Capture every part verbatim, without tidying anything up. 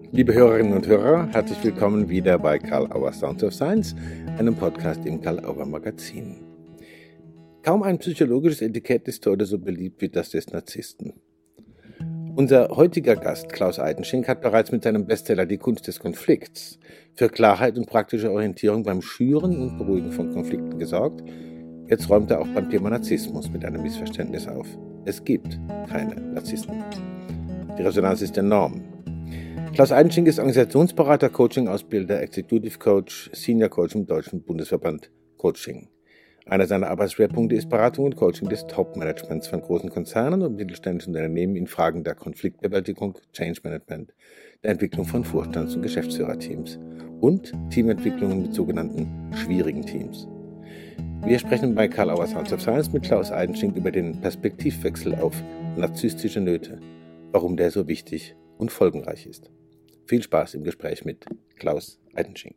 Liebe Hörerinnen und Hörer, herzlich willkommen wieder bei Karl Auer Sounds of Science, einem Podcast im Karl Auer Magazin. Kaum ein psychologisches Etikett ist heute so beliebt wie das des Narzissten. Unser heutiger Gast, Klaus Eidenschink, hat bereits mit seinem Bestseller Die Kunst des Konflikts für Klarheit und praktische Orientierung beim Schüren und Beruhigen von Konflikten gesorgt. Jetzt räumt er auch beim Thema Narzissmus mit einem Missverständnis auf. Es gibt keine Narzissten. Die Resonanz ist enorm. Klaus Eidenschink ist Organisationsberater, Coaching-Ausbilder, Executive Coach, Senior Coach im Deutschen Bundesverband Coaching. Einer seiner Arbeitsschwerpunkte ist Beratung und Coaching des Top-Managements von großen Konzernen und mittelständischen Unternehmen in Fragen der Konfliktbewältigung, Change Management, der Entwicklung von Vorstands- und Geschäftsführerteams und Teamentwicklungen mit sogenannten schwierigen Teams. Wir sprechen bei Karl Auer Sounds of Science mit Klaus Eidenschink über den Perspektivwechsel auf narzisstische Nöte, warum der so wichtig und folgenreich ist. Viel Spaß im Gespräch mit Klaus Eidenschink.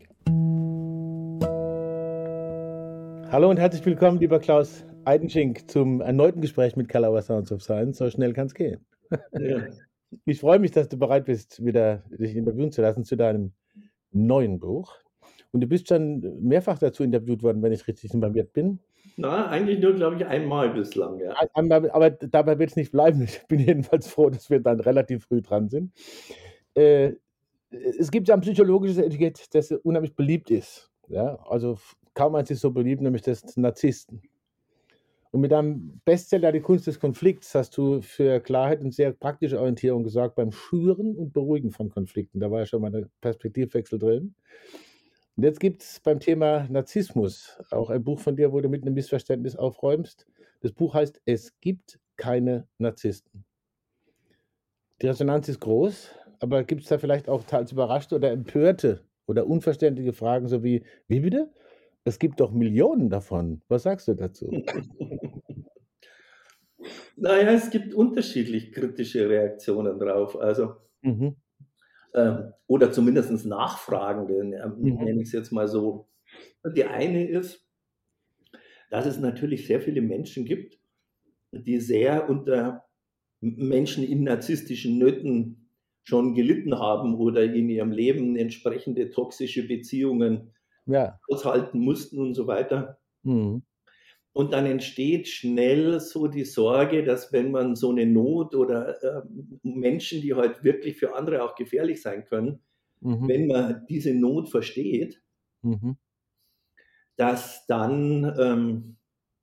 Hallo und herzlich willkommen, lieber Klaus Eidenschink, zum erneuten Gespräch mit Karl Auer Sounds of Science. So schnell kann es gehen. Ja. Ich freue mich, dass du bereit bist, wieder dich interviewen zu lassen zu deinem neuen Buch. Und du bist schon mehrfach dazu interviewt worden, wenn ich richtig informiert bin. Na, eigentlich nur, glaube ich, einmal bislang. Ja. Einmal, aber dabei wird es nicht bleiben. Ich bin jedenfalls froh, dass wir dann relativ früh dran sind. Äh, es gibt ja ein psychologisches Etikett, das unheimlich beliebt ist. Ja? Also kaum eins ist so beliebt, nämlich das Narzissten. Und mit deinem Bestseller Die Kunst des Konflikts hast du für Klarheit und sehr praktische Orientierung gesorgt beim Schüren und Beruhigen von Konflikten. Da war ja schon mal ein Perspektivwechsel drin. Und jetzt gibt es beim Thema Narzissmus auch ein Buch von dir, wo du mit einem Missverständnis aufräumst. Das Buch heißt Es gibt keine Narzissten. Die Resonanz ist groß, aber gibt es da vielleicht auch teils überraschte oder empörte oder unverständliche Fragen, so wie, wie bitte? Es gibt doch Millionen davon. Was sagst du dazu? Naja, es gibt unterschiedlich kritische Reaktionen drauf. Also, mhm. ähm, oder zumindest Nachfragende, ähm, mhm. nenne ich es jetzt mal so. Die eine ist, dass es natürlich sehr viele Menschen gibt, die sehr unter Menschen in narzisstischen Nöten schon gelitten haben oder in ihrem Leben entsprechende toxische Beziehungen ja. aushalten mussten und so weiter. Mhm. Und dann entsteht schnell so die Sorge, dass wenn man so eine Not oder äh, Menschen, die halt wirklich für andere auch gefährlich sein können, mhm. wenn man diese Not versteht, mhm. dass dann ähm,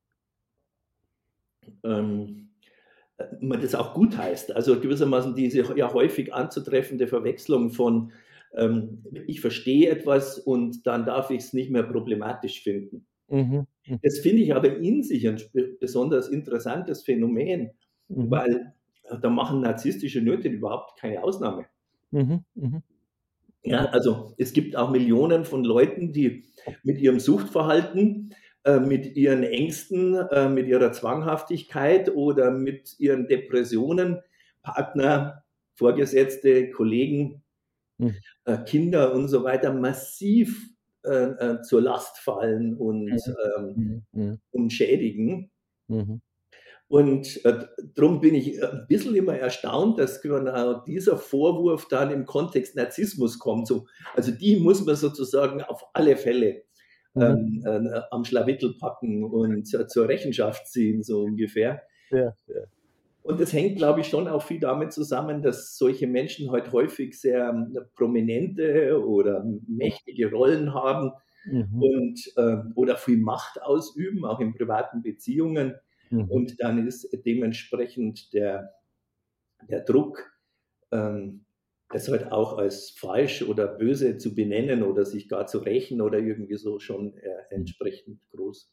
ähm, man das auch gut heißt. Also gewissermaßen diese ja häufig anzutreffende Verwechslung von ähm, ich verstehe etwas und dann darf ich es nicht mehr problematisch finden. Mhm. Das finde ich aber in sich ein besonders interessantes Phänomen, mhm. weil da machen narzisstische Nöte überhaupt keine Ausnahme. Mhm. Mhm. Ja, also es gibt auch Millionen von Leuten, die mit ihrem Suchtverhalten, äh, mit ihren Ängsten, äh, mit ihrer Zwanghaftigkeit oder mit ihren Depressionen Partner, Vorgesetzte, Kollegen, mhm. äh, Kinder und so weiter massiv äh, äh, zur Last fallen und, ähm, mhm. und schädigen. Mhm. Und äh, darum bin ich ein bisschen immer erstaunt, dass genau dieser Vorwurf dann im Kontext Narzissmus kommt. So, also die muss man sozusagen auf alle Fälle mhm. ähm, äh, am Schlawittel packen und äh, zur Rechenschaft ziehen, so ungefähr. Ja, ja. Und das hängt, glaube ich, schon auch viel damit zusammen, dass solche Menschen heute häufig sehr äh, prominente oder mächtige Rollen haben mhm. und, äh, oder viel Macht ausüben, auch in privaten Beziehungen. Mhm. Und dann ist dementsprechend der, der Druck, ähm, das halt auch als falsch oder böse zu benennen oder sich gar zu rächen oder irgendwie so schon äh, entsprechend groß.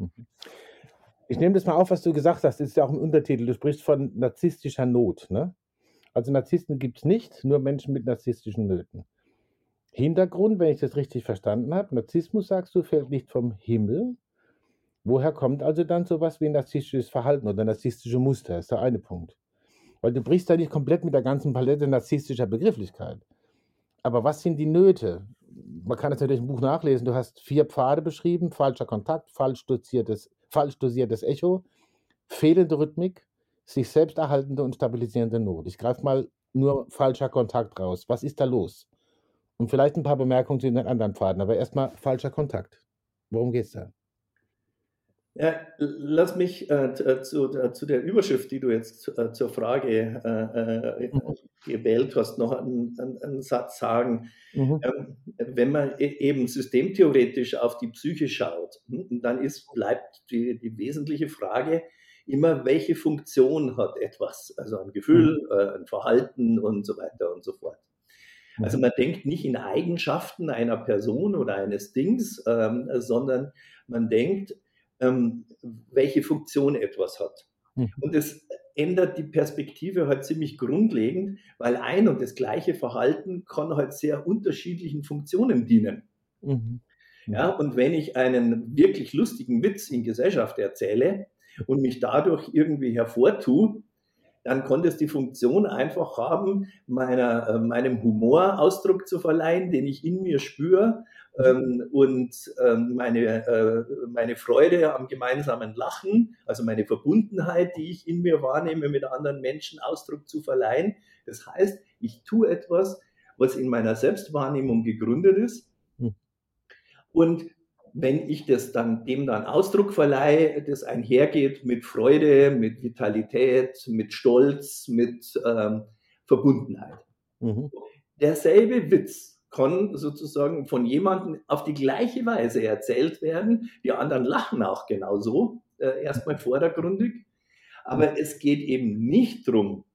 Ich nehme das mal auf, was du gesagt hast. Das ist ja auch im Untertitel. Du sprichst von narzisstischer Not. Ne? Also Narzissten gibt es nicht, nur Menschen mit narzisstischen Nöten. Hintergrund, wenn ich das richtig verstanden habe, Narzissmus, sagst du, fällt nicht vom Himmel. Woher kommt also dann sowas wie narzisstisches Verhalten oder narzisstische Muster? Das ist der eine Punkt. Weil du brichst ja nicht komplett mit der ganzen Palette narzisstischer Begrifflichkeit. Aber was sind die Nöte? Man kann es natürlich im Buch nachlesen. Du hast vier Pfade beschrieben: falscher Kontakt, falsch dosiertes, falsch dosiertes Echo, fehlende Rhythmik, sich selbst erhaltende und stabilisierende Not. Ich greife mal nur falscher Kontakt raus. Was ist da los? Und vielleicht ein paar Bemerkungen zu den anderen Pfaden, aber erstmal falscher Kontakt. Worum geht's da? Ja, lass mich äh, zu, zu der Überschrift, die du jetzt äh, zur Frage äh, äh, Mhm. gewählt hast, noch einen, einen, einen Satz sagen. Mhm. Ähm, wenn man e- eben systemtheoretisch auf die Psyche schaut, hm, dann ist, bleibt die, die wesentliche Frage immer, welche Funktion hat etwas? Also ein Gefühl, Mhm. äh, ein Verhalten und so weiter und so fort. Also Mhm. man denkt nicht in Eigenschaften einer Person oder eines Dings, ähm, sondern man denkt, ähm, welche Funktion etwas hat. Mhm. Und das ändert die Perspektive halt ziemlich grundlegend, weil ein und das gleiche Verhalten kann halt sehr unterschiedlichen Funktionen dienen. Mhm. Ja, und wenn ich einen wirklich lustigen Witz in Gesellschaft erzähle und mich dadurch irgendwie hervortue, dann konnte es die Funktion einfach haben, meiner, äh, meinem Humor Ausdruck zu verleihen, den ich in mir spüre, ähm, und ähm, meine, äh, meine Freude am gemeinsamen Lachen, also meine Verbundenheit, die ich in mir wahrnehme, mit anderen Menschen Ausdruck zu verleihen. Das heißt, ich tue etwas, was in meiner Selbstwahrnehmung gegründet ist. Mhm. Und wenn ich das dann, dem dann Ausdruck verleihe, das einhergeht mit Freude, mit Vitalität, mit Stolz, mit ähm, Verbundenheit. Mhm. Derselbe Witz kann sozusagen von jemandem auf die gleiche Weise erzählt werden. Die anderen lachen auch genauso, äh, erstmal vordergründig. Aber es geht eben nicht darum,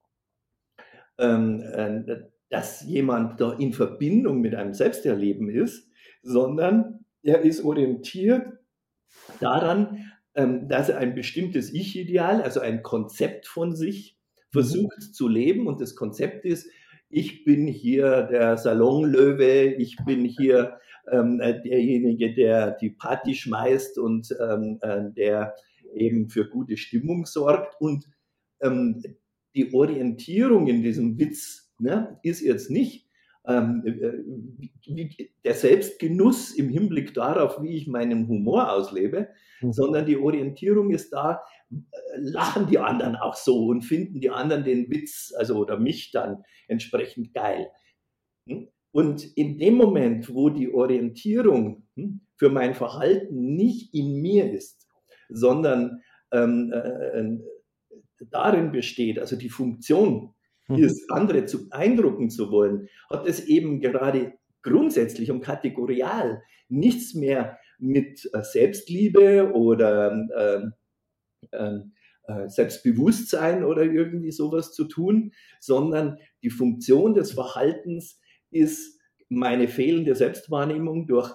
ähm, äh, dass jemand da in Verbindung mit einem Selbsterleben ist, sondern er ist orientiert daran, ähm, dass er ein bestimmtes Ich-Ideal, also ein Konzept von sich, versucht mhm. zu leben. Und das Konzept ist, ich bin hier der Salonlöwe, ich bin hier ähm, derjenige, der die Party schmeißt und ähm, äh, der eben für gute Stimmung sorgt. Und ähm, die Orientierung in diesem Witz, ne, ist jetzt nicht ähm, wie, der Selbstgenuss im Hinblick darauf, wie ich meinen Humor auslebe, mhm. sondern die Orientierung ist da, lachen die anderen auch so und finden die anderen den Witz, also oder mich dann entsprechend geil. Und in dem Moment, wo die Orientierung für mein Verhalten nicht in mir ist, sondern ähm, äh, darin besteht, also die Funktion ist, andere zu beeindrucken zu wollen, hat es eben gerade grundsätzlich und kategorial nichts mehr mit äh, Selbstliebe oder äh, äh, Selbstbewusstsein oder irgendwie sowas zu tun, sondern die Funktion des Verhaltens ist meine fehlende Selbstwahrnehmung durch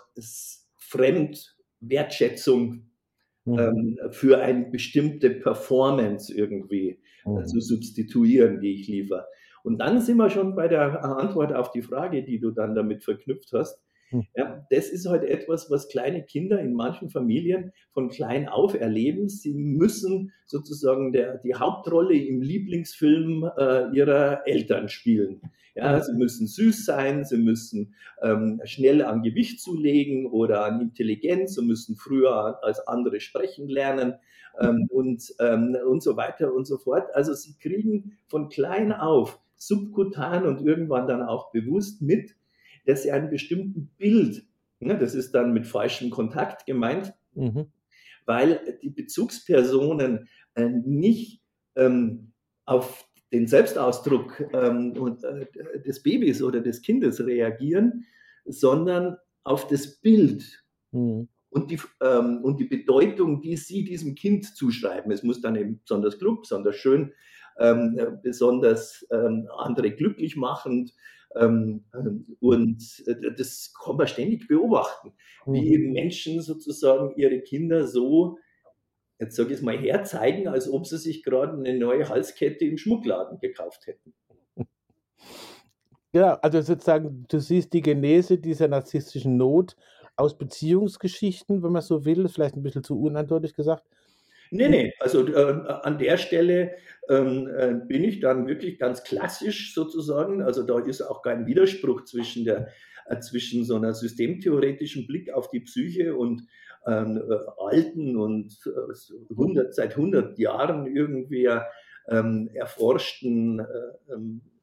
Fremdwertschätzung ähm, für eine bestimmte Performance irgendwie äh, zu substituieren, die ich liefere. Und dann sind wir schon bei der Antwort auf die Frage, die du dann damit verknüpft hast. Ja, das ist halt etwas, was kleine Kinder in manchen Familien von klein auf erleben. Sie müssen sozusagen der, die Hauptrolle im Lieblingsfilm äh, ihrer Eltern spielen. Ja, sie müssen süß sein, sie müssen ähm, schnell an Gewicht zulegen oder an Intelligenz, sie müssen früher als andere sprechen lernen ähm, und, ähm, und so weiter und so fort. Also sie kriegen von klein auf subkutan und irgendwann dann auch bewusst mit, dass sie einen bestimmten Bild, ne, das ist dann mit falschem Kontakt gemeint, mhm. weil die Bezugspersonen äh, nicht ähm, auf den Selbstausdruck ähm, und, äh, des Babys oder des Kindes reagieren, sondern auf das Bild mhm. und, die, ähm, und die Bedeutung, die sie diesem Kind zuschreiben. Es muss dann eben besonders klug, besonders schön, ähm, besonders ähm, andere glücklich machend. Ähm, und das kann man ständig beobachten, mhm. wie eben Menschen sozusagen ihre Kinder so, jetzt sage ich es mal, herzeigen, als ob sie sich gerade eine neue Halskette im Schmuckladen gekauft hätten. Ja, also sozusagen, du siehst die Genese dieser narzisstischen Not aus Beziehungsgeschichten, wenn man so will, ist vielleicht ein bisschen zu uneindeutig gesagt. Nee, nee, also äh, an der Stelle ähm, äh, bin ich dann wirklich ganz klassisch sozusagen, also da ist auch kein Widerspruch zwischen, der, äh, zwischen so einer systemtheoretischen Blick auf die Psyche und ähm, äh, alten und äh, hundert, seit hundert Jahren irgendwie ähm, erforschten äh,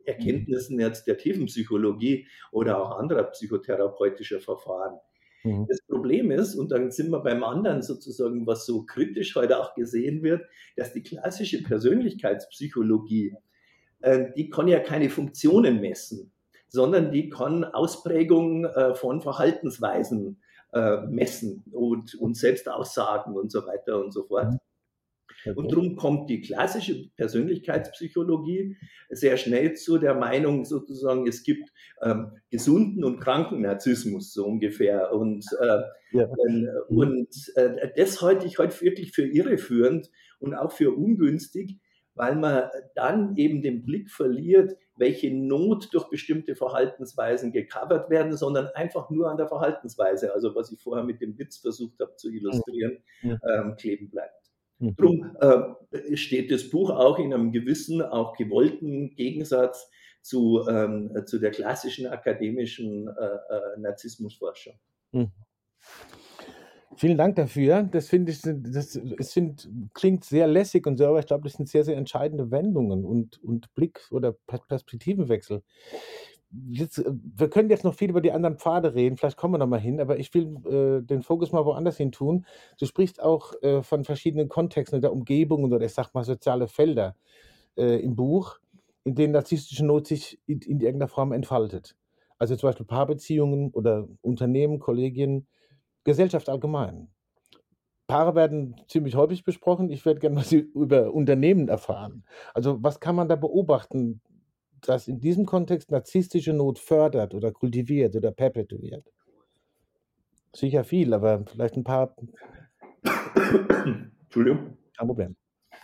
Erkenntnissen jetzt der Tiefenpsychologie oder auch anderer psychotherapeutischer Verfahren. Mhm. Das Problem ist, und dann sind wir beim anderen sozusagen, was so kritisch heute auch gesehen wird, dass die klassische Persönlichkeitspsychologie, äh, die kann ja keine Funktionen messen, sondern die kann Ausprägungen äh, von Verhaltensweisen äh, messen und, und Selbstaussagen und so weiter und so fort. Mhm. Okay. Und darum kommt die klassische Persönlichkeitspsychologie sehr schnell zu der Meinung sozusagen, es gibt ähm, gesunden und kranken Narzissmus, so ungefähr. Und, äh, Ja. äh, und äh, das halte ich heute wirklich für irreführend und auch für ungünstig, weil man dann eben den Blick verliert, welche Not durch bestimmte Verhaltensweisen gecovert werden, sondern einfach nur an der Verhaltensweise, also was ich vorher mit dem Witz versucht habe zu illustrieren, Mhm. ähm, kleben bleibt. Mhm. Drum äh, steht das Buch auch in einem gewissen, auch gewollten Gegensatz zu, ähm, zu der klassischen akademischen äh, äh, Narzissmusforschung. Mhm. Vielen Dank dafür. Das finde ich, das, es find, klingt sehr lässig und so, aber ich glaube, das sind sehr, sehr entscheidende Wendungen und, und Blick- oder Perspektivenwechsel. Jetzt, äh, wir können jetzt noch viel über die anderen Pfade reden, vielleicht kommen wir noch mal hin, aber ich will äh, den Fokus mal woanders hin tun. Du sprichst auch äh, von verschiedenen Kontexten der Umgebung oder ich sag mal soziale Felder äh, im Buch, in denen narzisstische Not sich in, in irgendeiner Form entfaltet. Also zum Beispiel Paarbeziehungen oder Unternehmen, Kollegien, Gesellschaft allgemein. Paare werden ziemlich häufig besprochen. Ich werde gerne was über Unternehmen erfahren. Also was kann man da beobachten, das in diesem Kontext narzisstische Not fördert oder kultiviert oder perpetuiert? Sicher viel, aber vielleicht ein paar. Entschuldigung. Kein Problem.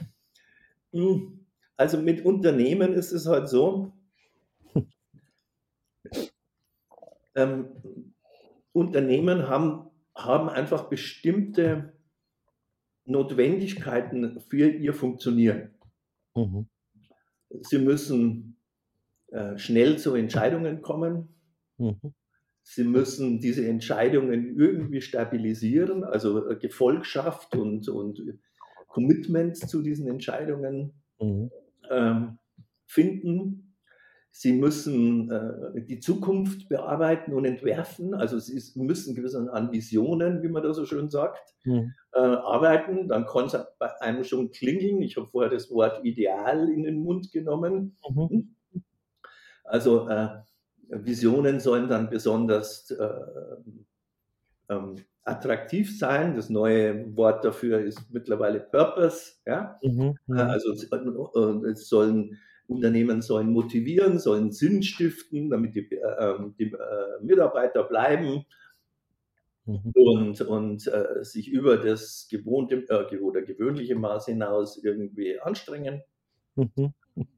Also mit Unternehmen ist es halt so, ähm, Unternehmen haben, haben einfach bestimmte Notwendigkeiten für ihr Funktionieren. Mhm. Sie müssen äh, schnell zu Entscheidungen kommen. Mhm. Sie müssen diese Entscheidungen irgendwie stabilisieren, also äh, Gefolgschaft und, und Commitment zu diesen Entscheidungen Mhm. ähm, finden. Sie müssen äh, die Zukunft bearbeiten und entwerfen. Also sie müssen gewissermaßen an Visionen, wie man da so schön sagt, Mhm. äh, arbeiten. Dann kann es bei einem schon klingeln. Ich habe vorher das Wort Ideal in den Mund genommen. Mhm. Also äh, Visionen sollen dann besonders äh, ähm, attraktiv sein. Das neue Wort dafür ist mittlerweile Purpose. Ja? Mhm. Mhm. Also äh, es sollen Unternehmen sollen motivieren, sollen Sinn stiften, damit die, äh, die äh, Mitarbeiter bleiben Mhm. und, und äh, sich über das gewohnte äh, oder gewöhnliche Maß hinaus irgendwie anstrengen. Mhm.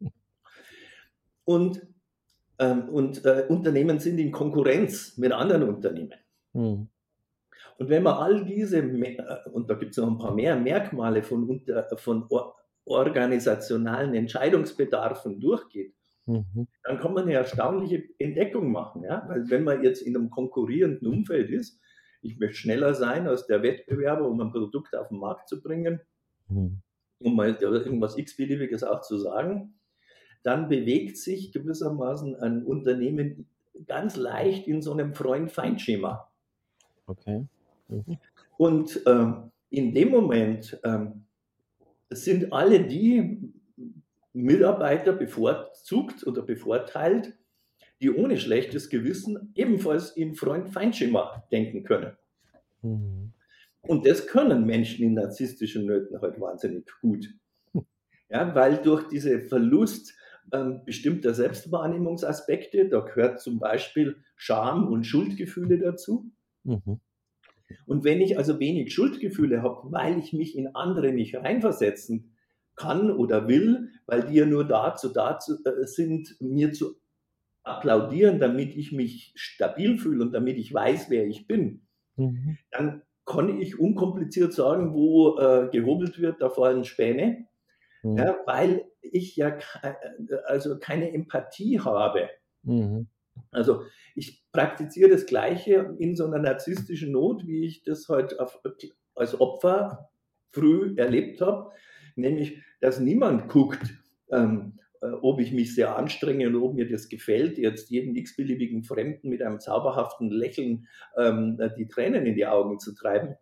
Und, ähm, und äh, Unternehmen sind in Konkurrenz mit anderen Unternehmen. Mhm. Und wenn man all diese, und da gibt es noch ein paar mehr Merkmale von, von organisationalen Entscheidungsbedarfen durchgeht, Mhm. dann kann man eine erstaunliche Entdeckung machen. Ja? Weil wenn man jetzt in einem konkurrierenden Umfeld ist, ich möchte schneller sein als der Wettbewerber, um ein Produkt auf den Markt zu bringen, Mhm. um mal irgendwas x-beliebiges auch zu sagen, dann bewegt sich gewissermaßen ein Unternehmen ganz leicht in so einem Freund-Feind-Schema. Okay. Mhm. Und ähm, in dem Moment ähm, sind alle die Mitarbeiter bevorzugt oder bevorteilt, die ohne schlechtes Gewissen ebenfalls in Freund-Feind-Schema denken können. Mhm. Und das können Menschen in narzisstischen Nöten halt wahnsinnig gut. Ja, weil durch diesen Verlust ähm, bestimmter Selbstwahrnehmungsaspekte, da gehört zum Beispiel Scham und Schuldgefühle dazu. Mhm. Und wenn ich also wenig Schuldgefühle habe, weil ich mich in andere nicht reinversetzen kann oder will, weil die ja nur dazu, dazu äh, sind, mir zu applaudieren, damit ich mich stabil fühle und damit ich weiß, wer ich bin, Mhm. dann kann ich unkompliziert sagen, wo äh, gehobelt wird, da fallen Späne, Mhm. ja, weil ich ja ke also keine Empathie habe. Mhm. Also ich praktiziere das Gleiche in so einer narzisstischen Not, wie ich das heute auf, als Opfer früh erlebt habe, nämlich, dass niemand guckt, ähm, ob ich mich sehr anstrenge und ob mir das gefällt, jetzt jeden x-beliebigen Fremden mit einem zauberhaften Lächeln ähm, die Tränen in die Augen zu treiben,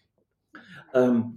ähm,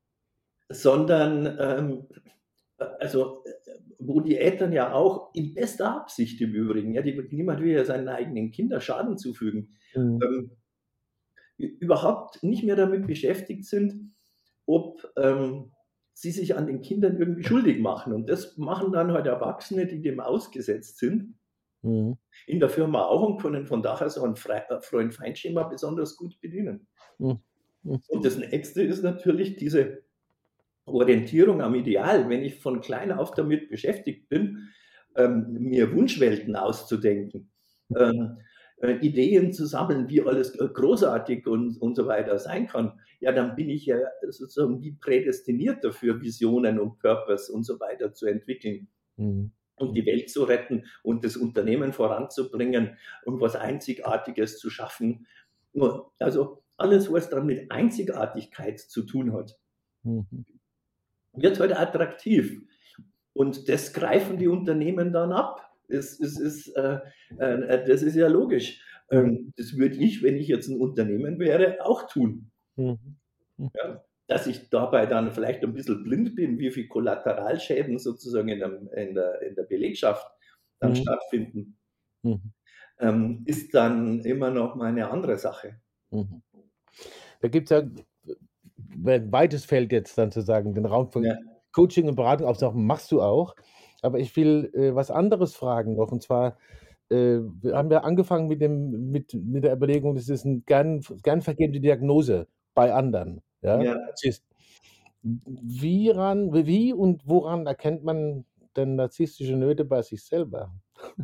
sondern ähm, also wo die Eltern ja auch in bester Absicht im Übrigen, ja, die, niemand will ja seinen eigenen Kindern Schaden zufügen, Mhm. ähm, überhaupt nicht mehr damit beschäftigt sind, ob ähm, sie sich an den Kindern irgendwie schuldig machen. Und das machen dann halt Erwachsene, die dem ausgesetzt sind, Mhm. in der Firma auch und können von daher so ein Freund-Feind-Schema besonders gut bedienen. Mhm. Mhm. Und das Nächste ist natürlich diese Orientierung am Ideal. Wenn ich von klein auf damit beschäftigt bin, ähm, mir Wunschwelten auszudenken, ähm, äh, Ideen zu sammeln, wie alles großartig und, und so weiter sein kann, ja, dann bin ich ja sozusagen wie prädestiniert dafür, Visionen und Purpose und so weiter zu entwickeln. Mhm. Und die Welt zu retten und das Unternehmen voranzubringen und was Einzigartiges zu schaffen. Also alles, was dann mit Einzigartigkeit zu tun hat, Mhm. wird heute attraktiv. Und das greifen die Unternehmen dann ab. Es, es ist, äh, äh, das ist ja logisch. Ähm, das würde ich, wenn ich jetzt ein Unternehmen wäre, auch tun. Mhm. Mhm. Ja? Dass ich dabei dann vielleicht ein bisschen blind bin, wie viele Kollateralschäden sozusagen in der, in der, in der Belegschaft dann Mhm. stattfinden, Mhm. ähm, ist dann immer noch mal eine andere Sache. Mhm. Da gibt es ja ein weites Feld jetzt dann zu sagen, den Raum von Ja. Coaching und Beratung aufzumachen, machst du auch. Aber ich will äh, was anderes fragen noch. Und zwar äh, wir haben ja angefangen mit, dem, mit, mit der Überlegung, das ist eine gern, gern vergebene Diagnose bei anderen. Ja? Ja. Narzisst. Wie, ran, wie und woran erkennt man denn narzisstische Nöte bei sich selber?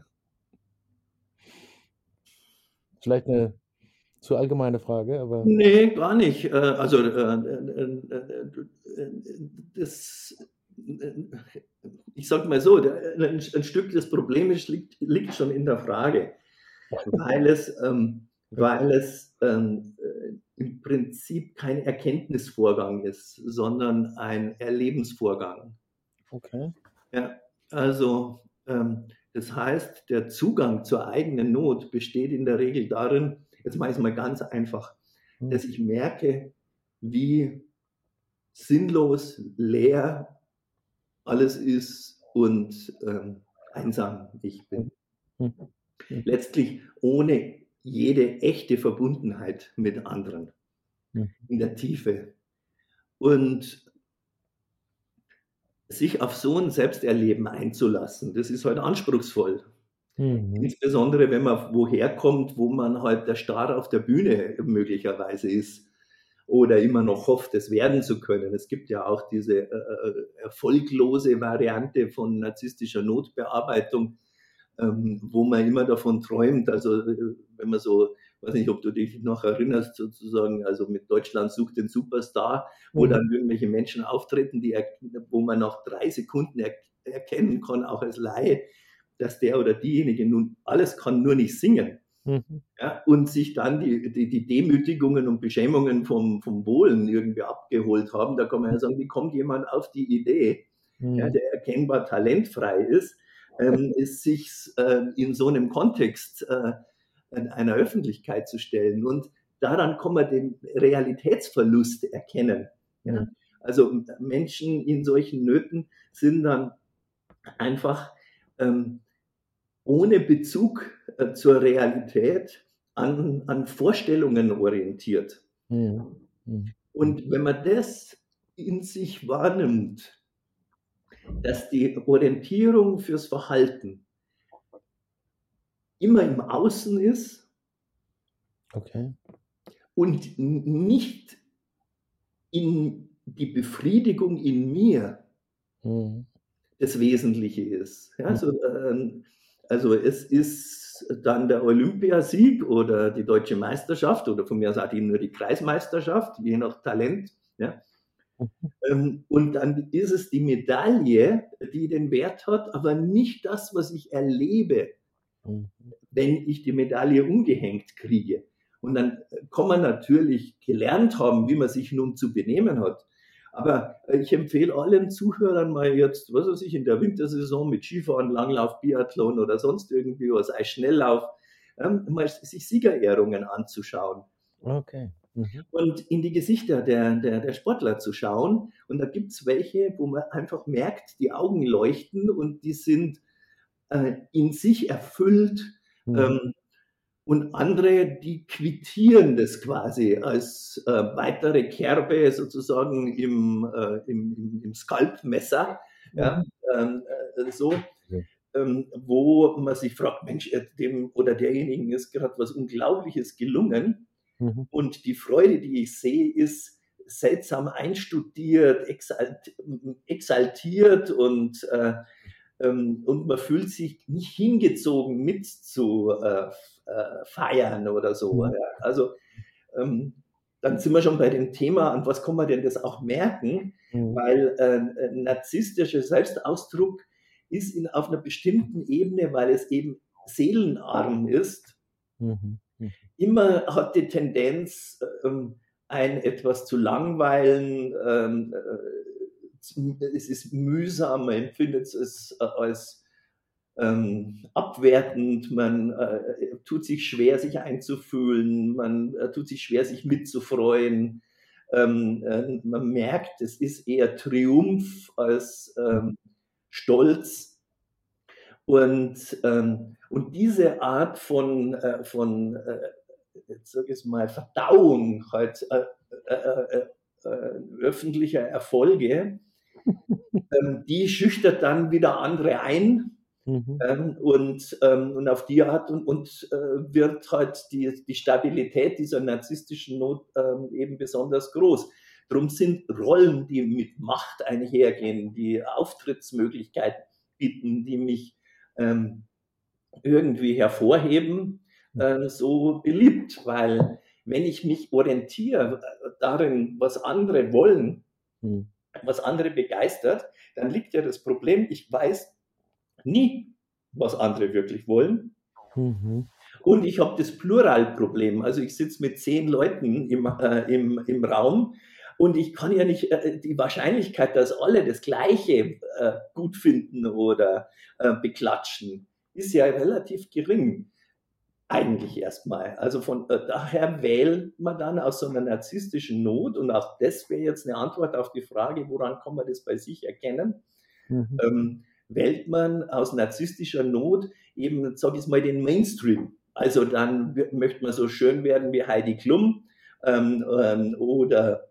Vielleicht eine zu allgemeine Frage, aber. Nee, gar nicht. Äh, Also äh, äh, äh, äh, das, äh, ich sage mal so, der, ein, ein Stück des Problems liegt, liegt schon in der Frage, weil es, ähm, weil es ähm, äh, im Prinzip kein Erkenntnisvorgang ist, sondern ein Erlebensvorgang. Okay. Ja, also ähm, das heißt, der Zugang zur eigenen Not besteht in der Regel darin, jetzt mache ich es mal ganz einfach, Hm. dass ich merke, wie sinnlos, leer alles ist und ähm, einsam ich bin. Hm. Hm. Letztlich ohne jede echte Verbundenheit mit anderen Hm. in der Tiefe. Und sich auf so ein Selbsterleben einzulassen, das ist halt anspruchsvoll. Mhm. Insbesondere, wenn man woher kommt, wo man halt der Star auf der Bühne möglicherweise ist oder immer noch hofft, es werden zu können. Es gibt ja auch diese äh, erfolglose Variante von narzisstischer Notbearbeitung, ähm, wo man immer davon träumt, also äh, wenn man so, weiß nicht, ob du dich noch erinnerst, sozusagen, also mit Deutschland sucht den Superstar, wo Mhm. dann irgendwelche Menschen auftreten, die, wo man nach drei Sekunden er, erkennen kann, auch als Laie, dass der oder diejenige nun alles kann, nur nicht singen. Mhm. Ja, und sich dann die, die, die Demütigungen und Beschämungen vom, vom Wohlen irgendwie abgeholt haben. Da kann man ja sagen, wie kommt jemand auf die Idee, Mhm. ja, der erkennbar talentfrei ist, ähm, ist sich äh, in so einem Kontext äh, einer Öffentlichkeit zu stellen. Und daran kann man den Realitätsverlust erkennen. Ja? Mhm. Also Menschen in solchen Nöten sind dann einfach ähm, ohne Bezug äh, zur Realität an, an Vorstellungen orientiert. Mhm. Mhm. Und wenn man das in sich wahrnimmt, dass die Orientierung fürs Verhalten immer im Außen ist Okay. und nicht in die Befriedigung in mir Mhm. das Wesentliche ist. Ja, so, ähm, also es ist dann der Olympiasieg oder die deutsche Meisterschaft oder von mir aus auch die, nur die Kreismeisterschaft, je nach Talent. Ja. Mhm. Ähm, und dann ist es die Medaille, die den Wert hat, aber nicht das, was ich erlebe, Mhm. wenn ich die Medaille umgehängt kriege. Und dann kann man natürlich gelernt haben, wie man sich nun zu benehmen hat. Aber ich empfehle allen Zuhörern mal jetzt, was weiß ich, in der Wintersaison mit Skifahren, Langlauf, Biathlon oder sonst irgendwie was, Eisschnelllauf, ähm, mal sich Siegerehrungen anzuschauen. Okay. Mhm. Und in die Gesichter der, der, der Sportler zu schauen. Und da gibt es welche, wo man einfach merkt, die Augen leuchten und die sind äh, in sich erfüllt. Mhm. Ähm, und andere, die quittieren das quasi als äh, weitere Kerbe sozusagen im, äh, im, im, im Skalpmesser. Ja, ähm, äh, so. Ja. Ähm, wo man sich fragt, Mensch, dem oder derjenigen ist gerade was Unglaubliches gelungen. Mhm. Und die Freude, die ich sehe, ist seltsam einstudiert, exalt, exaltiert und, äh, ähm, und man fühlt sich nicht hingezogen mit zu äh, äh, feiern oder so. Mhm. Ja. Also ähm, dann sind wir schon bei dem Thema, an was kann man denn das auch merken? Mhm. Weil äh, narzisstischer Selbstausdruck ist in, auf einer bestimmten Ebene, weil es eben seelenarm ist, Mhm. Mhm. immer hat die Tendenz, ähm, ein etwas zu langweilen, ähm, äh, es ist mühsam, man empfindet es als ähm, abwertend, man äh, tut sich schwer, sich einzufühlen, man äh, tut sich schwer, sich mitzufreuen. Ähm, äh, man merkt, es ist eher Triumph als ähm, Stolz. Und, ähm, und diese Art von, äh, von äh, jetzt sag ich mal, Verdauung halt, äh, äh, äh, äh, öffentlicher Erfolge, ähm, die schüchtert dann wieder andere ein. Mhm. Ähm, und, ähm, und auf die Art und, und äh, wird halt die, die Stabilität dieser narzisstischen Not ähm, eben besonders groß. Darum sind Rollen, die mit Macht einhergehen, die Auftrittsmöglichkeiten bieten, die mich ähm, irgendwie hervorheben, äh, so beliebt, weil wenn ich mich orientiere darin, was andere wollen, Mhm. was andere begeistert, dann liegt ja das Problem, ich weiß nie, was andere wirklich wollen. Mhm. Und ich habe das Pluralproblem. Also ich sitze mit zehn Leuten im, äh, im, im Raum und ich kann ja nicht äh, die Wahrscheinlichkeit, dass alle das Gleiche äh, gut finden oder äh, beklatschen, ist ja relativ gering. Eigentlich erstmal. Also von äh, daher wählt man dann aus so einer narzisstischen Not, und auch das wäre jetzt eine Antwort auf die Frage, woran kann man das bei sich erkennen? Mhm. Ähm, wählt man aus narzisstischer Not eben, sage ich mal, den Mainstream. Also dann wird, möchte man so schön werden wie Heidi Klum ähm, ähm, oder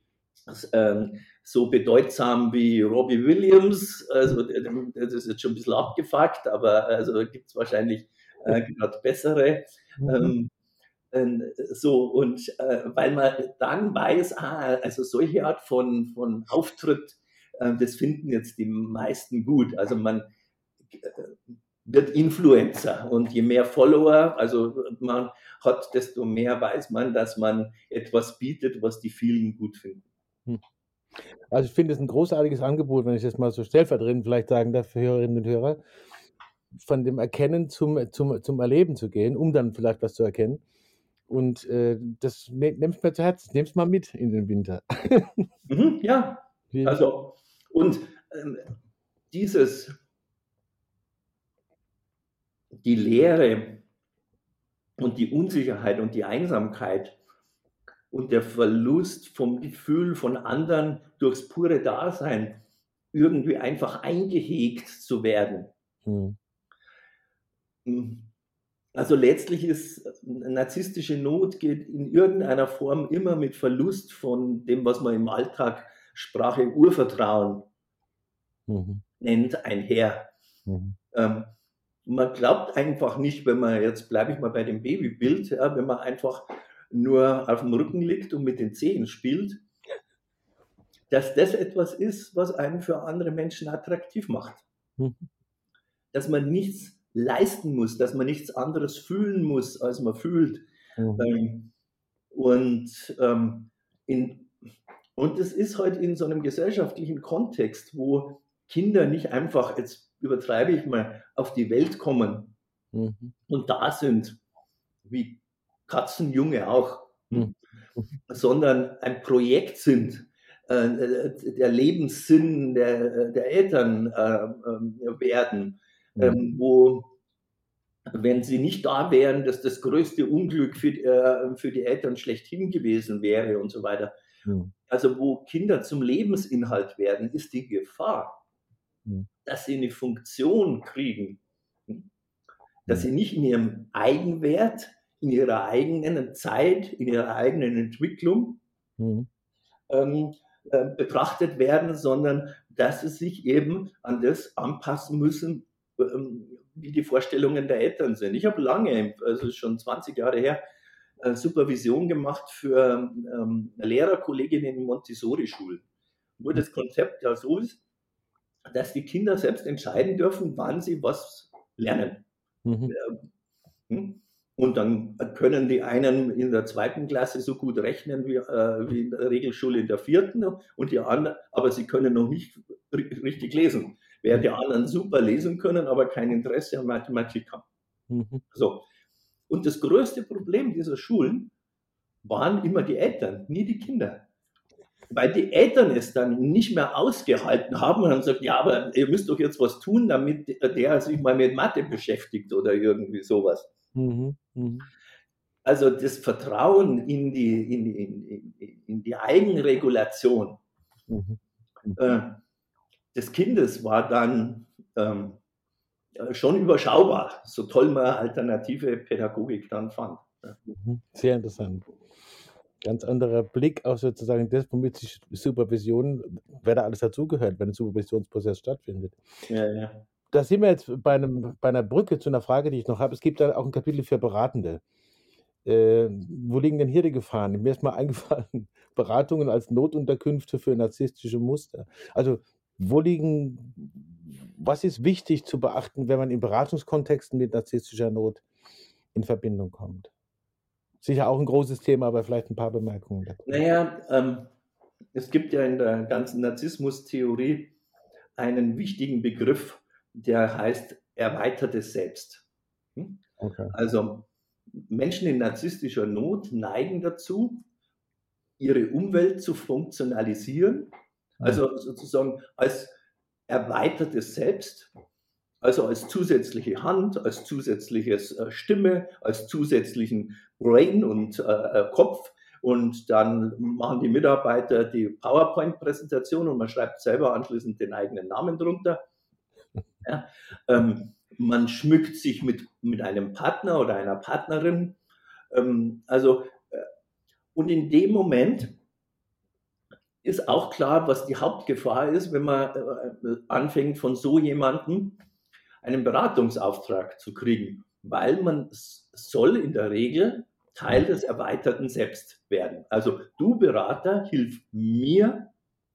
ähm, so bedeutsam wie Robbie Williams. Also das ist jetzt schon ein bisschen abgefuckt, aber also gibt es wahrscheinlich äh, gerade bessere. Mhm. Ähm, ähm, so, und äh, weil man dann weiß, ah, also solche Art von, von Auftritt, äh, das finden jetzt die meisten gut. Also man äh, wird Influencer, und je mehr Follower, also man hat, desto mehr weiß man, dass man etwas bietet, was die vielen gut finden. Hm. Also ich finde es ein großartiges Angebot, wenn ich das mal so stellvertretend vielleicht sagen darf für Hörerinnen und Hörer, von dem Erkennen zum, zum, zum Erleben zu gehen, um dann vielleicht was zu erkennen. Und äh, das ne, nimm's mir zu Herzen, nimm's mal mit in den Winter. Mhm, ja, Wie- also und ähm, dieses, die Leere und die Unsicherheit und die Einsamkeit und der Verlust vom Gefühl von anderen durchs pure Dasein irgendwie einfach eingehegt zu werden. Hm. Also letztlich ist narzisstische Not geht in irgendeiner Form immer mit Verlust von dem, was man im Alltag Sprache Urvertrauen Mhm. nennt, einher. Mhm. Ähm, man glaubt einfach nicht, wenn man, jetzt bleibe ich mal bei dem Babybild, ja, wenn man einfach nur auf dem Rücken liegt und mit den Zehen spielt, dass das etwas ist, was einen für andere Menschen attraktiv macht. Mhm. Dass man nichts leisten muss, dass man nichts anderes fühlen muss, als man fühlt. Mhm. Ähm, und, ähm, in, und es ist halt in so einem gesellschaftlichen Kontext, wo Kinder nicht einfach, jetzt übertreibe ich mal, auf die Welt kommen Mhm. und da sind, wie Katzenjunge auch, Mhm. hm? sondern ein Projekt sind, äh, der Lebenssinn der, der Eltern äh, werden, Mhm. ähm, wo, wenn sie nicht da wären, dass das größte Unglück für, äh, für die Eltern schlechthin gewesen wäre und so weiter. Mhm. Also wo Kinder zum Lebensinhalt werden, ist die Gefahr, Mhm. dass sie eine Funktion kriegen, dass Mhm. sie nicht in ihrem Eigenwert, in ihrer eigenen Zeit, in ihrer eigenen Entwicklung Mhm. ähm, äh, betrachtet werden, sondern dass sie sich eben an das anpassen müssen, ähm, wie die Vorstellungen der Eltern sind. Ich habe lange, also schon zwanzig Jahre her, äh, Supervision gemacht für ähm, Lehrerkolleginnen in Montessori-Schulen, wo das Konzept ja so ist, dass die Kinder selbst entscheiden dürfen, wann sie was lernen. Mhm. Hm? Und dann können die einen in der zweiten Klasse so gut rechnen wie, äh, wie in der Regelschule in der vierten und die anderen, aber sie können noch nicht richtig lesen. Während die anderen super lesen können, aber kein Interesse an Mathematik haben. Mhm. So. Und das größte Problem dieser Schulen waren immer die Eltern, nie die Kinder. Weil die Eltern es dann nicht mehr ausgehalten haben und haben gesagt, ja, aber ihr müsst doch jetzt was tun, damit der sich mal mit Mathe beschäftigt oder irgendwie sowas. Mhm. Mhm. Also das Vertrauen in die, in die, in, in, in die Eigenregulation Mhm. äh, des Kindes war dann ähm, schon überschaubar, so toll man alternative Pädagogik dann fand. Mhm. Sehr interessant. Ganz anderer Blick auf sozusagen das, womit sich Supervision, wer da alles dazugehört, wenn ein Supervisionsprozess stattfindet. Ja, ja. Da sind wir jetzt bei, einem, bei einer Brücke zu einer Frage, die ich noch habe. Es gibt da auch ein Kapitel für Beratende. Äh, wo liegen denn hier die Gefahren? Mir ist mal eingefallen, Beratungen als Notunterkünfte für narzisstische Muster. Also wo liegen, was ist wichtig zu beachten, wenn man in Beratungskontexten mit narzisstischer Not in Verbindung kommt? Sicher auch ein großes Thema, aber vielleicht ein paar Bemerkungen dazu. Naja, ähm, es gibt ja in der ganzen Narzissmus-Theorie einen wichtigen Begriff, der heißt erweitertes Selbst. Hm? Okay. Also Menschen in narzisstischer Not neigen dazu, ihre Umwelt zu funktionalisieren, also sozusagen als erweitertes Selbst, also als zusätzliche Hand, als zusätzliches äh, Stimme, als zusätzlichen Brain und äh, Kopf. Und dann machen die Mitarbeiter die PowerPoint-Präsentation und man schreibt selber anschließend den eigenen Namen drunter. Ja, ähm, man schmückt sich mit, mit einem Partner oder einer Partnerin. Ähm, also, äh, und in dem Moment ist auch klar, was die Hauptgefahr ist, wenn man äh, anfängt, von so jemandem einen Beratungsauftrag zu kriegen, weil man soll in der Regel Teil des erweiterten Selbst werden. Also du Berater, hilf mir,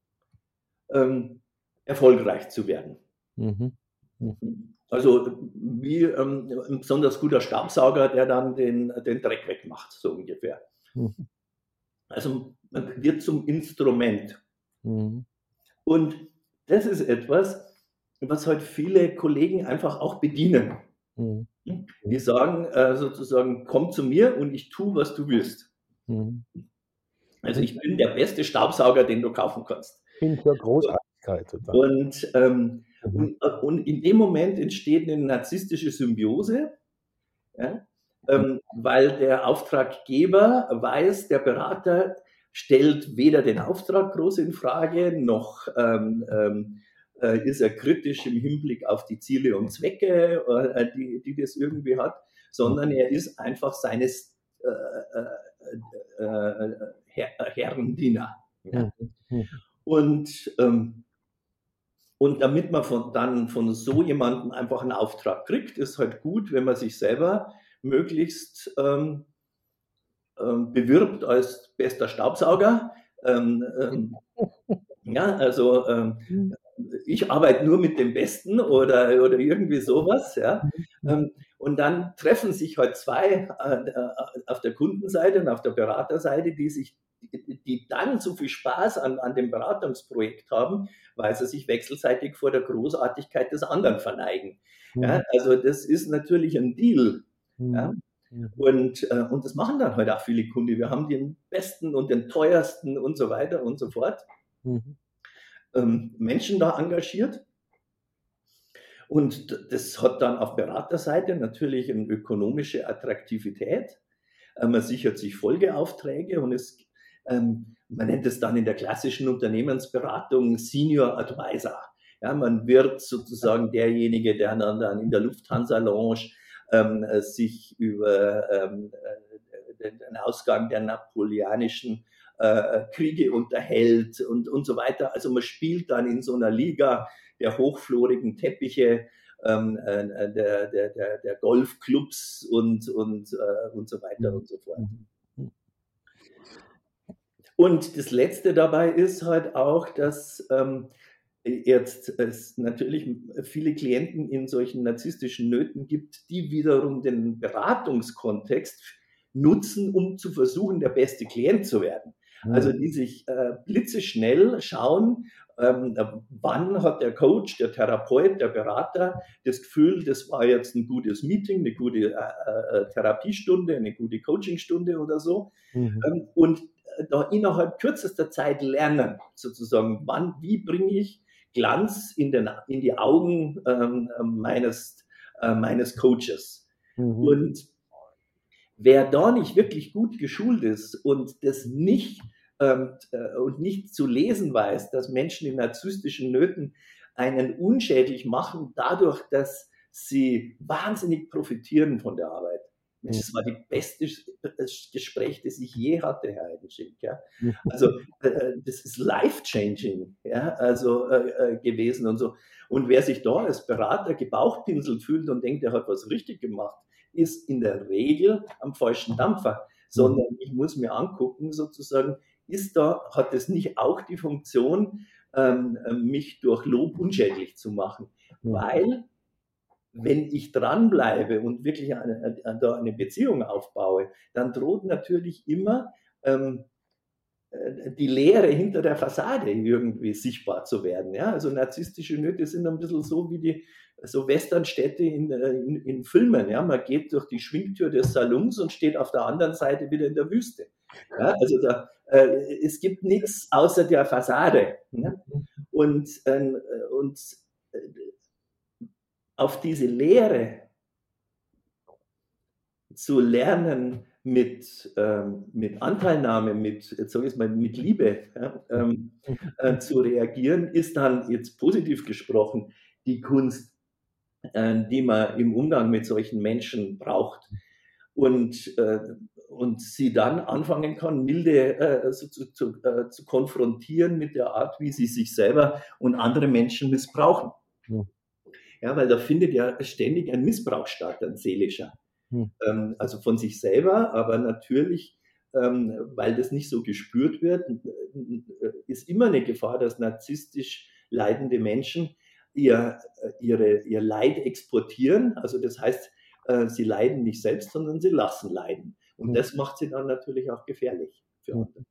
ähm, erfolgreich zu werden. Mhm. Mhm. Also wie ähm, ein besonders guter Staubsauger, der dann den, den Dreck wegmacht, so ungefähr. Mhm. Also man wird zum Instrument. Mhm. Und das ist etwas, was heute viele Kollegen einfach auch bedienen. Mhm. Die sagen äh, sozusagen, komm zu mir und ich tue, was du willst. Mhm. Also ich bin der beste Staubsauger, den du kaufen kannst. Hin zur Großartigkeit. sozusagen. Und, ähm, Mhm. und, und in dem Moment entsteht eine narzisstische Symbiose, ja, ähm, weil der Auftraggeber weiß, der Berater stellt weder den Auftrag groß in Frage, noch ähm, ähm, äh, ist er kritisch im Hinblick auf die Ziele und Zwecke, äh, die, die das irgendwie hat, sondern er ist einfach seines äh, äh, äh, Her Herrendiener. Ja. Mhm. Und, ähm, und damit man von, dann von so jemandem einfach einen Auftrag kriegt, ist halt gut, wenn man sich selber möglichst ähm, ähm, bewirbt als bester Staubsauger. Ähm, ähm, ja, also ähm, ich arbeite nur mit dem Besten oder, oder irgendwie sowas. Ja. Ähm, und dann treffen sich halt zwei äh, auf der Kundenseite und auf der Beraterseite, die sich die dann so viel Spaß an, an dem Beratungsprojekt haben, weil sie sich wechselseitig vor der Großartigkeit des anderen verneigen. Ja, also das ist natürlich ein Deal. Ja. Und, äh, und das machen dann halt auch viele Kunden. Wir haben den besten und den teuersten und so weiter und so fort. Mhm. ähm, Menschen da engagiert. Und das hat dann auf Beraterseite natürlich eine ökonomische Attraktivität. Äh, Man sichert sich Folgeaufträge und es, ähm, man nennt es dann in der klassischen Unternehmensberatung Senior Advisor. Ja, man wird sozusagen derjenige, der dann, dann in der Lufthansa-Lounge ähm, äh, sich über ähm, äh, den, den Ausgang der napoleonischen äh, Kriege unterhält und, und so weiter. Also man spielt dann in so einer Liga der hochflorigen Teppiche, ähm, äh, der, der, der, der Golfclubs und, und, äh, und so weiter Mhm. und so fort. Mhm. Und das Letzte dabei ist halt auch, dass ähm, jetzt es natürlich viele Klienten in solchen narzisstischen Nöten gibt, die wiederum den Beratungskontext nutzen, um zu versuchen, der beste Klient zu werden. Also Mhm. die sich äh, blitzeschnell schauen, ähm, wann hat der Coach, der Therapeut, der Berater das Gefühl, das war jetzt ein gutes Meeting, eine gute äh, äh, Therapiestunde, eine gute Coachingstunde oder so. Mhm. Ähm, und da innerhalb kürzester Zeit lernen, sozusagen, wann, wie bringe ich Glanz in, den, in die Augen ähm, meines, äh, meines Coaches. Mhm. Und wer da nicht wirklich gut geschult ist und das nicht ähm, äh, und nicht zu lesen weiß, dass Menschen in narzisstischen Nöten einen unschädlich machen, dadurch, dass sie wahnsinnig profitieren von der Arbeit. Mensch, das war die beste Gespräch, das ich je hatte, Herr Heidenschink. Ja. Mhm. Also äh, das ist life-changing, ja, also äh, äh, gewesen und so. Und wer sich da als Berater gebauchpinselt fühlt und denkt, er hat was richtig gemacht, ist in der Regel am falschen Dampfer, sondern ich muss mir angucken, sozusagen, ist da, hat es nicht auch die Funktion, ähm, mich durch Lob unschädlich zu machen? Mhm. Weil, wenn ich dranbleibe und wirklich eine, eine, da eine Beziehung aufbaue, dann droht natürlich immer ähm, die Leere hinter der Fassade irgendwie sichtbar zu werden. Ja? Also narzisstische Nöte sind ein bisschen so wie die so Westernstädte in, in, in Filmen. Ja? Man geht durch die Schwingtür des Salons und steht auf der anderen Seite wieder in der Wüste. Ja? Also da, äh, es gibt nichts außer der Fassade. Ja? Und, äh, und äh, auf diese Leere zu lernen, mit, ähm, mit Anteilnahme, mit, jetzt sage ich es mal, mit Liebe ja, ähm, äh, zu reagieren, ist dann jetzt positiv gesprochen die Kunst, äh, die man im Umgang mit solchen Menschen braucht. Und, äh, und sie dann anfangen kann, milde äh, so, zu, zu, äh, zu konfrontieren mit der Art, wie sie sich selber und andere Menschen missbrauchen. Mhm. Ja, weil da findet ja ständig ein Missbrauch statt, ein seelischer. Mhm. Ähm, also von sich selber, aber natürlich, ähm, weil das nicht so gespürt wird, äh, ist immer eine Gefahr, dass narzisstisch leidende Menschen ihr, äh, ihre, ihr Leid exportieren. Also das heißt, äh, sie leiden nicht selbst, sondern sie lassen leiden. Und Mhm. das macht sie dann natürlich auch gefährlich für Mhm. andere.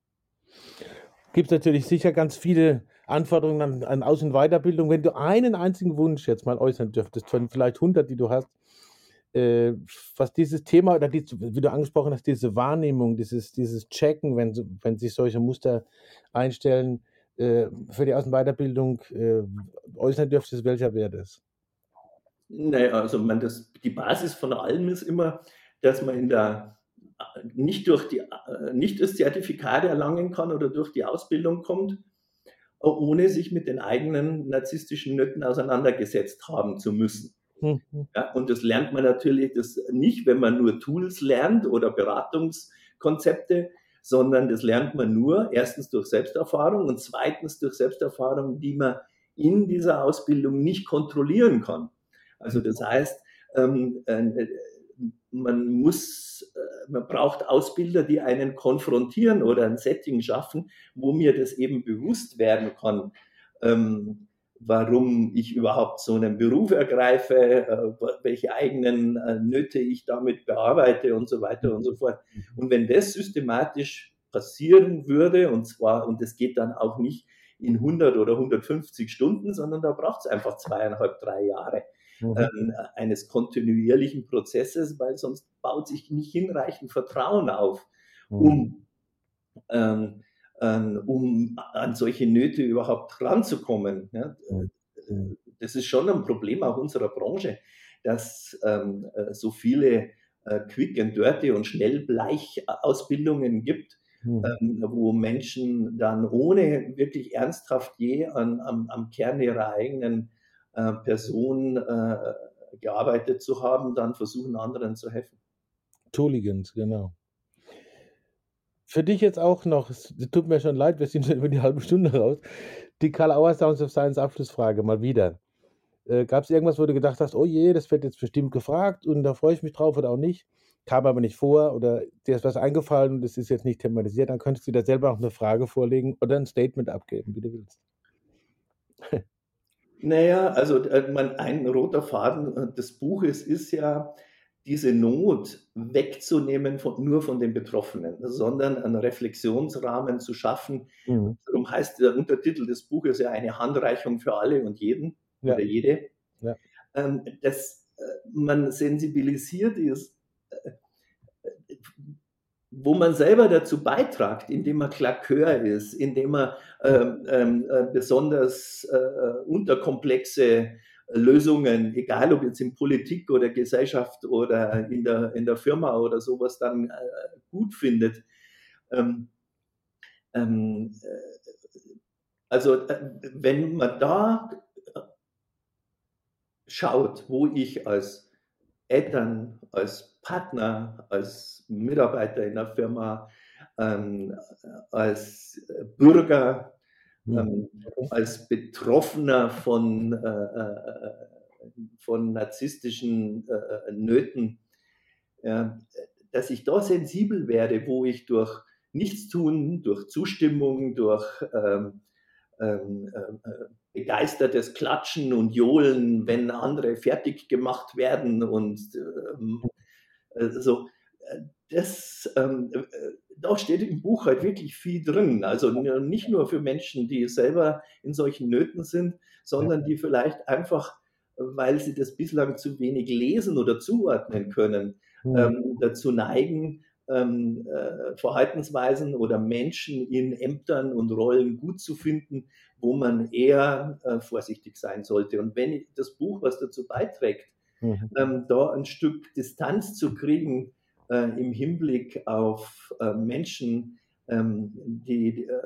Gibt natürlich sicher ganz viele Anforderungen an, an Aus- und Weiterbildung. Wenn du einen einzigen Wunsch jetzt mal äußern dürftest, von vielleicht hundert, die du hast, äh, was dieses Thema oder die, wie du angesprochen hast, diese Wahrnehmung, dieses, dieses Checken, wenn, so- wenn sich solche Muster einstellen, äh, für die Aus- und Weiterbildung äh, äußern dürftest, welcher wäre das? Naja, also man, das, die Basis von allem ist immer, dass man in der, nicht durch die, nicht das Zertifikat erlangen kann oder durch die Ausbildung kommt, ohne sich mit den eigenen narzisstischen Nöten auseinandergesetzt haben zu müssen. Mhm. Ja, und das lernt man natürlich das nicht, wenn man nur Tools lernt oder Beratungskonzepte, sondern das lernt man nur erstens durch Selbsterfahrung und zweitens durch Selbsterfahrung, die man in dieser Ausbildung nicht kontrollieren kann. Also das heißt, ähm, äh, man muss, äh, man braucht Ausbilder, die einen konfrontieren oder ein Setting schaffen, wo mir das eben bewusst werden kann, ähm, warum ich überhaupt so einen Beruf ergreife, äh, welche eigenen äh, Nöte ich damit bearbeite und so weiter und so fort. Und wenn das systematisch passieren würde, und zwar, und das geht dann auch nicht in hundert oder hundertfünfzig Stunden, sondern da braucht es einfach zweieinhalb, drei Jahre Mhm. ähm, eines kontinuierlichen Prozesses, weil sonst baut sich nicht hinreichend Vertrauen auf, Mhm. um ähm, ähm, um an solche Nöte überhaupt ranzukommen. Ja? Das ist schon ein Problem auch unserer Branche, dass ähm, so viele äh, Quick and Dirty und Schnellbleich-Ausbildungen gibt, mhm. ähm, wo Menschen dann ohne wirklich ernsthaft je an, am, am Kern ihrer eigenen äh, Person äh, gearbeitet zu haben, dann versuchen, anderen zu helfen. Tooligans, genau. Für dich jetzt auch noch, es tut mir schon leid, wir sind schon über die halbe Stunde raus, die Karl Auer Sounds of Science Abschlussfrage mal wieder. Äh, Gab es irgendwas, wo du gedacht hast, oh je, das wird jetzt bestimmt gefragt und da freue ich mich drauf oder auch nicht, kam aber nicht vor oder dir ist was eingefallen und das ist jetzt nicht thematisiert, dann könntest du da selber auch eine Frage vorlegen oder ein Statement abgeben, wie du willst. Naja, also äh, mein, ein roter Faden des Buches ist ja, diese Not wegzunehmen von, nur von den Betroffenen, sondern einen Reflexionsrahmen zu schaffen. Mhm. Darum heißt der Untertitel des Buches ja eine Handreichung für alle und jeden ja. oder jede. Ja. Ähm, dass äh, man sensibilisiert ist, äh, wo man selber dazu beitragt, indem man Klakör ist, indem man ähm, äh, besonders äh, unterkomplexe Lösungen, egal ob jetzt in Politik oder Gesellschaft oder in der, in der Firma oder sowas, dann äh, gut findet. Ähm, ähm, also äh, wenn man da schaut, wo ich als Eltern, als Partner, als Mitarbeiter in der Firma, ähm, als Bürger, ähm, als Betroffener von, äh, von narzisstischen äh, Nöten, äh, dass ich da sensibel werde, wo ich durch Nichtstun, durch Zustimmung, durch ähm, ähm, äh, begeistertes Klatschen und Johlen, wenn andere fertig gemacht werden und ähm, so, das, ähm, da steht im Buch halt wirklich viel drin. Also nicht nur für Menschen, die selber in solchen Nöten sind, sondern die vielleicht einfach, weil sie das bislang zu wenig lesen oder zuordnen können, ähm, dazu neigen, ähm, äh, Verhaltensweisen oder Menschen in Ämtern und Rollen gut zu finden, wo man eher äh, vorsichtig sein sollte. Und wenn das Buch was dazu beiträgt, mhm. ähm, da ein Stück Distanz zu kriegen, äh, im Hinblick auf äh, Menschen, ähm, die äh,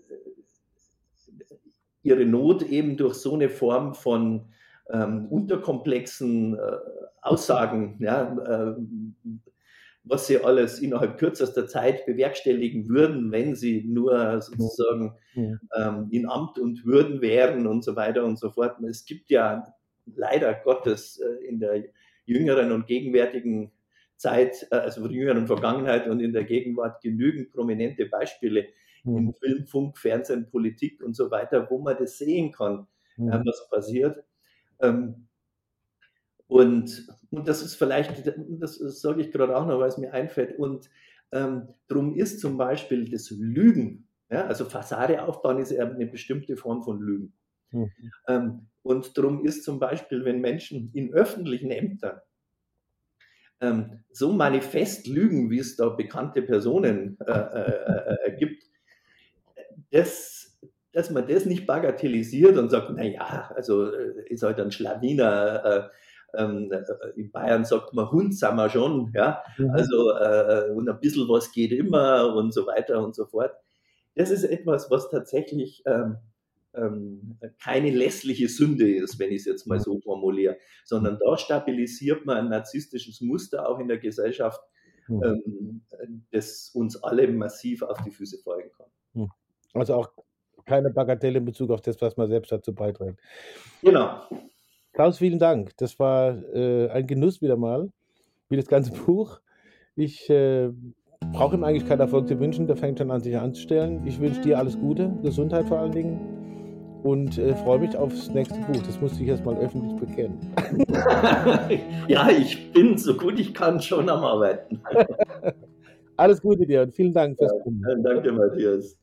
ihre Not eben durch so eine Form von ähm, unterkomplexen äh, Aussagen, ja, äh, was sie alles innerhalb kürzester Zeit bewerkstelligen würden, wenn sie nur sozusagen ja. ähm, in Amt und Würden wären und so weiter und so fort. Es gibt ja leider Gottes äh, in der jüngeren und gegenwärtigen Zeit, äh, also in der jüngeren Vergangenheit und in der Gegenwart genügend prominente Beispiele ja. in Film, Funk, Fernsehen, Politik und so weiter, wo man das sehen kann, ja. äh, was passiert. Ähm, Und, und das ist vielleicht, das sage ich gerade auch noch, weil es mir einfällt, und ähm, darum ist zum Beispiel das Lügen, ja, also Fassade aufbauen ist ja eine bestimmte Form von Lügen. Mhm. Ähm, und darum ist zum Beispiel, wenn Menschen in öffentlichen Ämtern ähm, so manifest lügen, wie es da bekannte Personen äh, äh, äh, gibt, das, dass man das nicht bagatellisiert und sagt, naja, also ist halt ein Schlawiner, äh, Ähm, in Bayern sagt man, Hund sind wir schon, ja, mhm. also äh, und ein bisschen was geht immer und so weiter und so fort. Das ist etwas, was tatsächlich ähm, ähm, keine lässliche Sünde ist, wenn ich es jetzt mal so formuliere, sondern da stabilisiert man ein narzisstisches Muster auch in der Gesellschaft, mhm. ähm, das uns alle massiv auf die Füße fallen kann. Also auch keine Bagatelle in Bezug auf das, was man selbst dazu beiträgt. Genau. Klaus, vielen Dank. Das war äh, ein Genuss wieder mal, wie das ganze Buch. Ich äh, brauche ihm eigentlich keinen Erfolg zu wünschen, der fängt schon an, sich anzustellen. Ich wünsche dir alles Gute, Gesundheit vor allen Dingen und äh, freue mich aufs nächste Buch. Das musste ich erst mal öffentlich bekennen. Ja, ich bin so gut ich kann schon am Arbeiten. Alles Gute dir und vielen Dank fürs Kommen. Ja, danke, Matthias.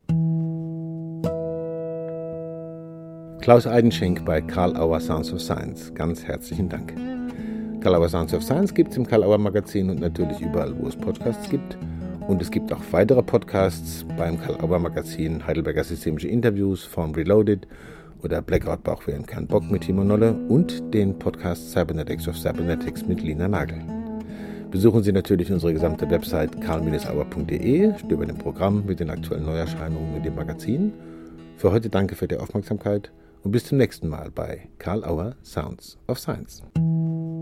Klaus Eidenschenk bei Karl Auer Sounds of Science. Ganz herzlichen Dank. Karl Auer Sounds of Science gibt es im Karl Auer Magazin und natürlich überall, wo es Podcasts gibt. Und es gibt auch weitere Podcasts beim Karl-Auer Magazin, Heidelberger Systemische Interviews, Form Reloaded oder Blackout Bauchweh und kein Bock mit Timo Nolle und den Podcast Cybernetics of Cybernetics mit Lina Nagel. Besuchen Sie natürlich unsere gesamte Website karl Bindestrich auer punkt de, stöbern im Programm mit den aktuellen Neuerscheinungen in dem Magazin. Für heute danke für die Aufmerksamkeit und bis zum nächsten Mal bei Karl Auer Sounds of Science.